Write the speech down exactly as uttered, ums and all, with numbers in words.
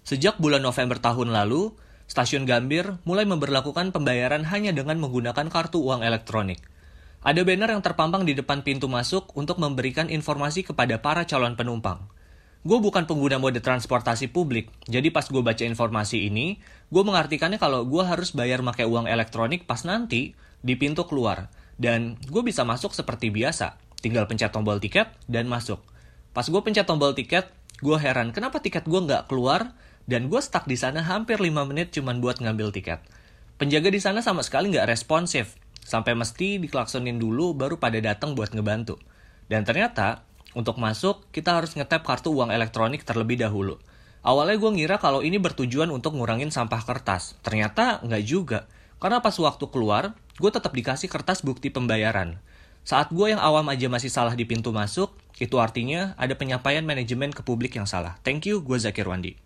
Sejak bulan November tahun lalu, Stasiun Gambir mulai memberlakukan pembayaran hanya dengan menggunakan kartu uang elektronik. Ada banner yang terpampang di depan pintu masuk untuk memberikan informasi kepada para calon penumpang. Gue bukan pengguna mode transportasi publik, jadi pas gue baca informasi ini, gue mengartikannya kalau gue harus bayar pakai uang elektronik pas nanti di pintu keluar. Dan gue bisa masuk seperti biasa, tinggal pencet tombol tiket dan masuk. Pas gue pencet tombol tiket, gue heran kenapa tiket gue nggak keluar, dan gue stuck di sana hampir lima menit cuman buat ngambil tiket. Penjaga di sana sama sekali nggak responsif, sampai mesti diklaksonin dulu baru pada datang buat ngebantu. Dan ternyata, untuk masuk, kita harus ngetap kartu uang elektronik terlebih dahulu. Awalnya gue ngira kalau ini bertujuan untuk ngurangin sampah kertas. Ternyata nggak juga, karena pas waktu keluar, gue tetap dikasih kertas bukti pembayaran. Saat gue yang awam aja masih salah di pintu masuk, itu artinya ada penyampaian manajemen ke publik yang salah. Thank you, gue Zakir Wandi.